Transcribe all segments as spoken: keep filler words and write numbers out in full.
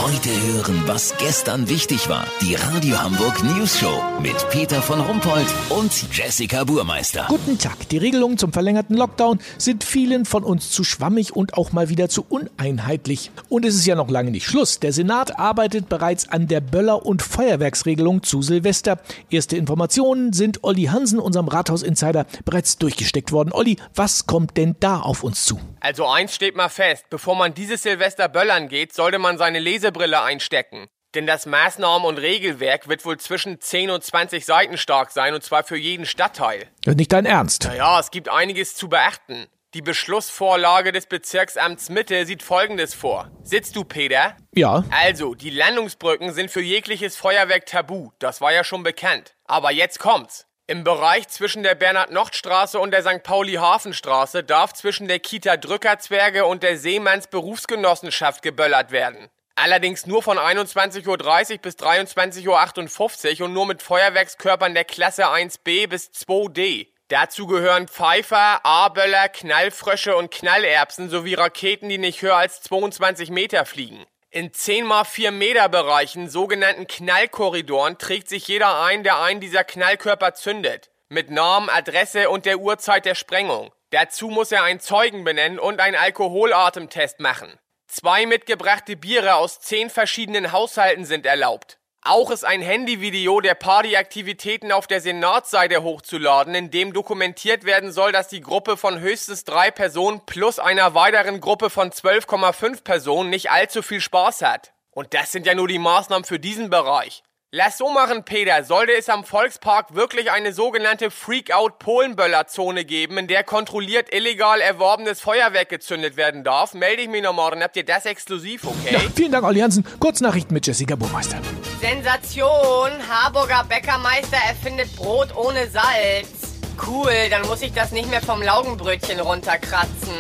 Heute hören, was gestern wichtig war. Die Radio Hamburg News Show mit Peter von Rumpold und Jessica Burmeister. Guten Tag. Die Regelungen zum verlängerten Lockdown sind vielen von uns zu schwammig und auch mal wieder zu uneinheitlich. Und es ist ja noch lange nicht Schluss. Der Senat arbeitet bereits an der Böller- und Feuerwerksregelung zu Silvester. Erste Informationen sind Olli Hansen, unserem Rathaus-Insider, bereits durchgesteckt worden. Olli, was kommt denn da auf uns zu? Also eins steht mal fest, bevor man dieses Silvester böllern geht, sollte man seine Lesebrille einstecken. Denn das Maßnahmen- und Regelwerk wird wohl zwischen zehn und zwanzig Seiten stark sein, und zwar für jeden Stadtteil. Nicht dein Ernst? Naja, es gibt einiges zu beachten. Die Beschlussvorlage des Bezirksamts Mitte sieht Folgendes vor. Sitzt du, Peter? Ja. Also, die Landungsbrücken sind für jegliches Feuerwerk tabu. Das war ja schon bekannt. Aber jetzt kommt's. Im Bereich zwischen der Bernhard-Nocht-Straße und der Sankt Pauli-Hafenstraße darf zwischen der Kita Drückerzwerge und der Seemanns Berufsgenossenschaft geböllert werden. Allerdings nur von einundzwanzig Uhr dreißig bis dreiundzwanzig Uhr achtundfünfzig und nur mit Feuerwerkskörpern der Klasse eins B bis zwei D. Dazu gehören Pfeifer, A-Böller, Knallfrösche und Knallerbsen sowie Raketen, die nicht höher als zweiundzwanzig Meter fliegen. In zehn mal vier Meter Bereichen, sogenannten Knallkorridoren, trägt sich jeder ein, der einen dieser Knallkörper zündet. Mit Namen, Adresse und der Uhrzeit der Sprengung. Dazu muss er einen Zeugen benennen und einen Alkoholatemtest machen. Zwei mitgebrachte Biere aus zehn verschiedenen Haushalten sind erlaubt. Auch ist ein Handyvideo der Partyaktivitäten auf der Senatsseite hochzuladen, in dem dokumentiert werden soll, dass die Gruppe von höchstens drei Personen plus einer weiteren Gruppe von zwölf Komma fünf Personen nicht allzu viel Spaß hat. Und das sind ja nur die Maßnahmen für diesen Bereich. Lass so machen, Peter. Sollte es am Volkspark wirklich eine sogenannte Freak-Out-Polenböller-Zone geben, in der kontrolliert illegal erworbenes Feuerwerk gezündet werden darf, melde ich mich noch morgen. Habt ihr das exklusiv, okay? Ja, vielen Dank, Olli Hansen. Kurznachrichten mit Jessica Burmeister. Sensation! Harburger Bäckermeister erfindet Brot ohne Salz. Cool, dann muss ich das nicht mehr vom Laugenbrötchen runterkratzen.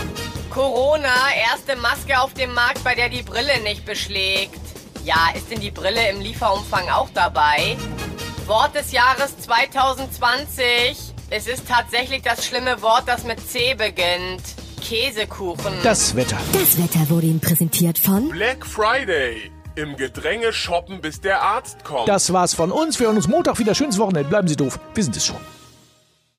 Corona, erste Maske auf dem Markt, bei der die Brille nicht beschlägt. Ja, ist denn die Brille im Lieferumfang auch dabei? Wort des Jahres zwanzig zwanzig. Es ist tatsächlich das schlimme Wort, das mit C beginnt. Käsekuchen. Das Wetter. Das Wetter wurde Ihnen präsentiert von Black Friday. Im Gedränge shoppen, bis der Arzt kommt. Das war's von uns. Wir hören uns Montag wieder. Schönes Wochenende. Bleiben Sie doof. Wir sind es schon.